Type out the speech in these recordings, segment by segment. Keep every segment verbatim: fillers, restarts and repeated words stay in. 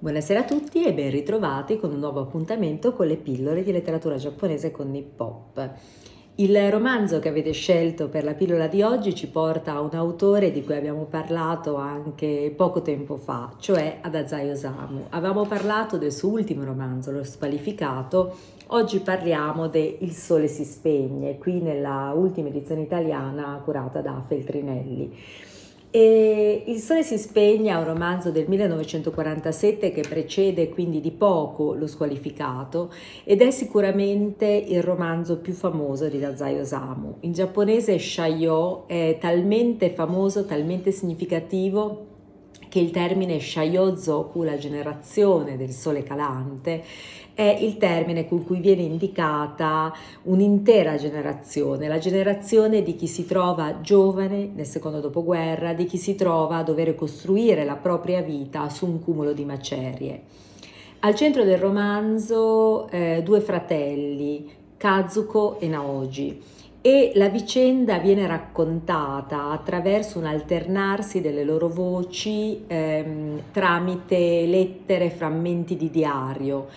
Buonasera a tutti e ben ritrovati con un nuovo appuntamento con le pillole di letteratura giapponese con Nippop. Il romanzo che avete scelto per la pillola di oggi ci porta a un autore di cui abbiamo parlato anche poco tempo fa, cioè ad Adachi Osamu. Avevamo parlato del suo ultimo romanzo, Lo Squalificato. Oggi parliamo de Il sole si spegne, qui nella ultima edizione italiana curata da Feltrinelli. E Il sole si spegne è un romanzo del millenovecentoquarantasette che precede quindi di poco Lo Squalificato ed è sicuramente il romanzo più famoso di Dazai Osamu. In giapponese Shaiyo è talmente famoso, talmente significativo che il termine Shaiyo-zoku, la generazione del sole calante, è il termine con cui viene indicata un'intera generazione, la generazione di chi si trova giovane nel secondo dopoguerra, di chi si trova a dover costruire la propria vita su un cumulo di macerie. Al centro del romanzo eh, due fratelli, Kazuko e Naoji, e la vicenda viene raccontata attraverso un alternarsi delle loro voci ehm, tramite lettere, frammenti di diario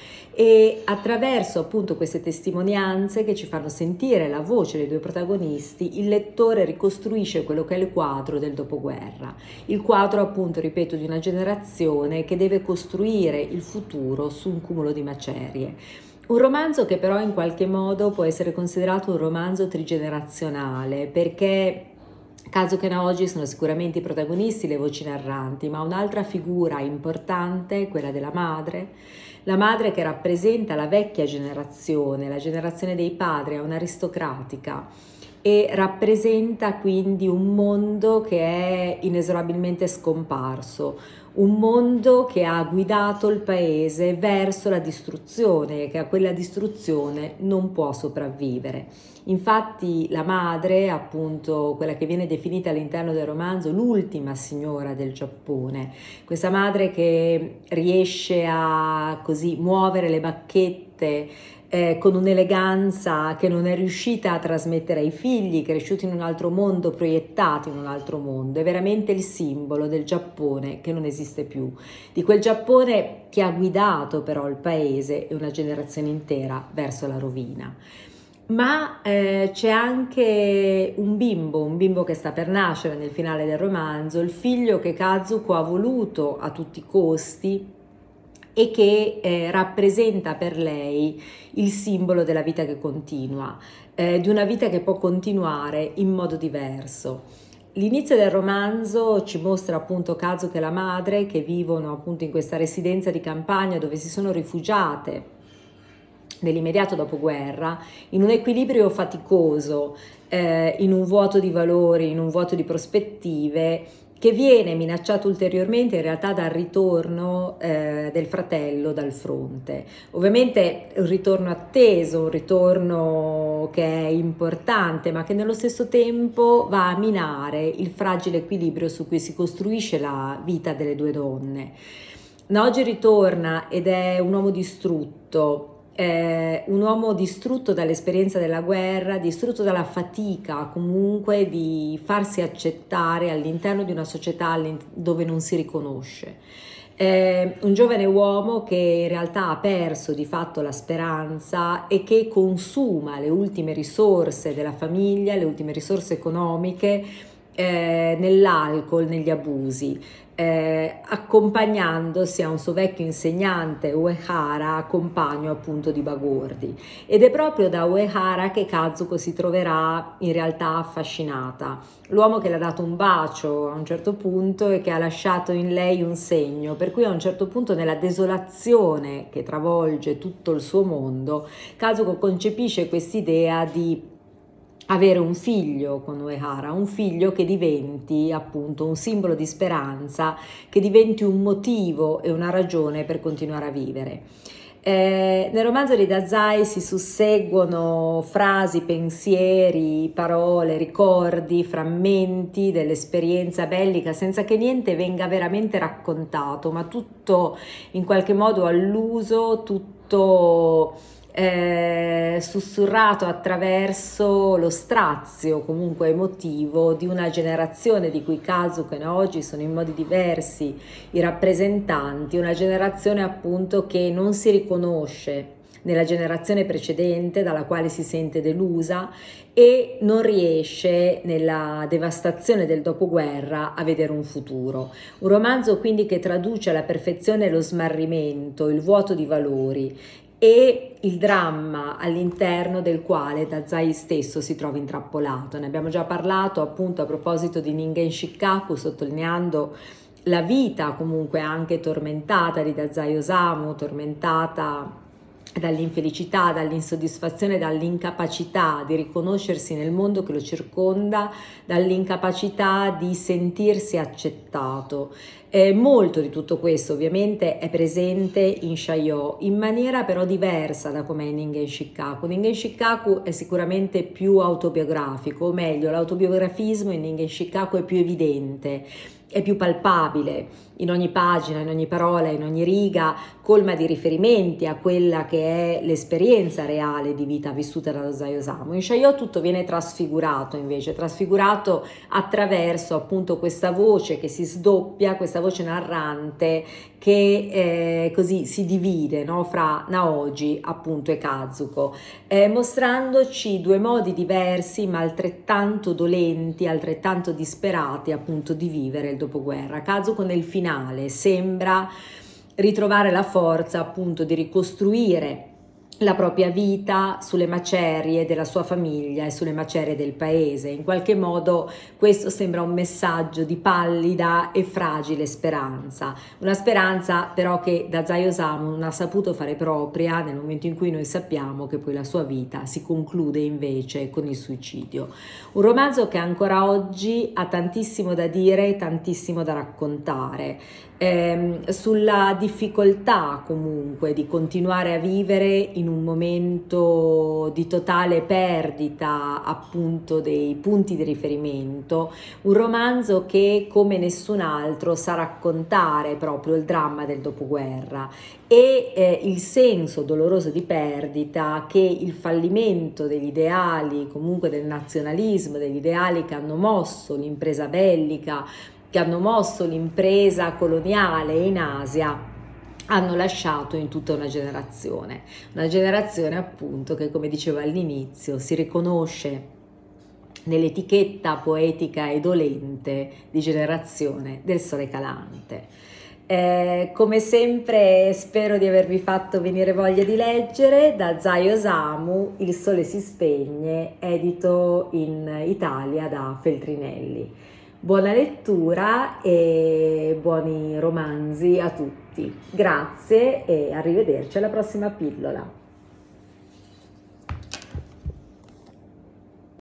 e attraverso appunto queste testimonianze che ci fanno sentire la voce dei due protagonisti, il lettore ricostruisce quello che è il quadro del dopoguerra, il quadro appunto, ripeto, di una generazione che deve costruire il futuro su un cumulo di macerie. Un romanzo che però in qualche modo può essere considerato un romanzo trigenerazionale, perché Kazuko e Naoji sono sicuramente i protagonisti, le voci narranti, ma un'altra figura importante è quella della madre, la madre che rappresenta la vecchia generazione, la generazione dei padri, è un'aristocratica e rappresenta quindi un mondo che è inesorabilmente scomparso, un mondo che ha guidato il paese verso la distruzione e che a quella distruzione non può sopravvivere. Infatti la madre, appunto quella che viene definita all'interno del romanzo l'ultima signora del Giappone, questa madre che riesce a così muovere le bacchette Eh, con un'eleganza che non è riuscita a trasmettere ai figli, cresciuti in un altro mondo, proiettati in un altro mondo, è veramente il simbolo del Giappone che non esiste più, di quel Giappone che ha guidato però il paese e una generazione intera verso la rovina. Ma eh, c'è anche un bimbo, un bimbo che sta per nascere nel finale del romanzo, il figlio che Kazuko ha voluto a tutti i costi e che eh, rappresenta per lei il simbolo della vita che continua, eh, di una vita che può continuare in modo diverso. L'inizio del romanzo ci mostra appunto Kazuko e la madre che vivono appunto in questa residenza di campagna dove si sono rifugiate nell'immediato dopoguerra, in un equilibrio faticoso, eh, in un vuoto di valori, in un vuoto di prospettive, che viene minacciato ulteriormente in realtà dal ritorno eh, del fratello dal fronte. Ovviamente un ritorno atteso, un ritorno che è importante, ma che nello stesso tempo va a minare il fragile equilibrio su cui si costruisce la vita delle due donne. Naoji ritorna ed è un uomo distrutto, Eh, un uomo distrutto dall'esperienza della guerra, distrutto dalla fatica comunque di farsi accettare all'interno di una società dove non si riconosce. Eh, un giovane uomo che in realtà ha perso di fatto la speranza e che consuma le ultime risorse della famiglia, le ultime risorse economiche eh, nell'alcol, negli abusi. Eh, accompagnandosi a un suo vecchio insegnante Uehara, compagno appunto di Bagordi, ed è proprio da Uehara che Kazuko si troverà in realtà affascinata, l'uomo che le ha dato un bacio a un certo punto e che ha lasciato in lei un segno, per cui a un certo punto nella desolazione che travolge tutto il suo mondo, Kazuko concepisce quest'idea di avere un figlio con Uehara, un figlio che diventi appunto un simbolo di speranza, che diventi un motivo e una ragione per continuare a vivere. Eh, nel romanzo di Dazai si susseguono frasi, pensieri, parole, ricordi, frammenti dell'esperienza bellica senza che niente venga veramente raccontato, ma tutto in qualche modo alluso, tutto eh, sussurrato attraverso lo strazio comunque emotivo di una generazione di cui Kazuko e oggi sono in modi diversi i rappresentanti, una generazione appunto che non si riconosce nella generazione precedente, dalla quale si sente delusa e non riesce nella devastazione del dopoguerra a vedere un futuro. Un romanzo quindi che traduce alla perfezione lo smarrimento, il vuoto di valori e il dramma all'interno del quale Dazai stesso si trova intrappolato. Ne abbiamo già parlato appunto a proposito di Ningen Shikaku, sottolineando la vita comunque anche tormentata di Dazai Osamu, tormentata dall'infelicità, dall'insoddisfazione, dall'incapacità di riconoscersi nel mondo che lo circonda, dall'incapacità di sentirsi accettato. Eh, molto di tutto questo ovviamente è presente in Chaillot, in maniera però diversa da come è in Ningen Shikaku. Ningen Shikaku è sicuramente più autobiografico, o meglio, l'autobiografismo in Ningen Shikaku è più evidente, è più palpabile. In ogni pagina, in ogni parola, in ogni riga, colma di riferimenti a quella che è l'esperienza reale di vita vissuta da Dazai Osamu. In Chaillot tutto viene trasfigurato invece, trasfigurato attraverso appunto questa voce che si sdoppia, questa voce narrante che eh, così si divide, no, fra Naoji appunto e Kazuko, eh, mostrandoci due modi diversi ma altrettanto dolenti, altrettanto disperati appunto di vivere il dopoguerra. Kazuko nel finale sembra ritrovare la forza appunto di ricostruire la propria vita sulle macerie della sua famiglia e sulle macerie del paese. In qualche modo questo sembra un messaggio di pallida e fragile speranza, una speranza però che Dazai Osamu non ha saputo fare propria nel momento in cui noi sappiamo che poi la sua vita si conclude invece con il suicidio. Un romanzo che ancora oggi ha tantissimo da dire, tantissimo da raccontare, ehm, sulla difficoltà comunque di continuare a vivere in un momento di totale perdita appunto dei punti di riferimento, un romanzo che come nessun altro sa raccontare proprio il dramma del dopoguerra e eh, il senso doloroso di perdita che il fallimento degli ideali, comunque del nazionalismo, degli ideali che hanno mosso l'impresa bellica, che hanno mosso l'impresa coloniale in Asia, hanno lasciato in tutta una generazione, una generazione appunto che, come dicevo all'inizio, si riconosce nell'etichetta poetica e dolente di generazione del sole calante. Eh, come sempre spero di avervi fatto venire voglia di leggere Dazai Osamu, Il sole si spegne, edito in Italia da Feltrinelli. Buona lettura e buoni romanzi a tutti. Grazie e arrivederci alla prossima pillola.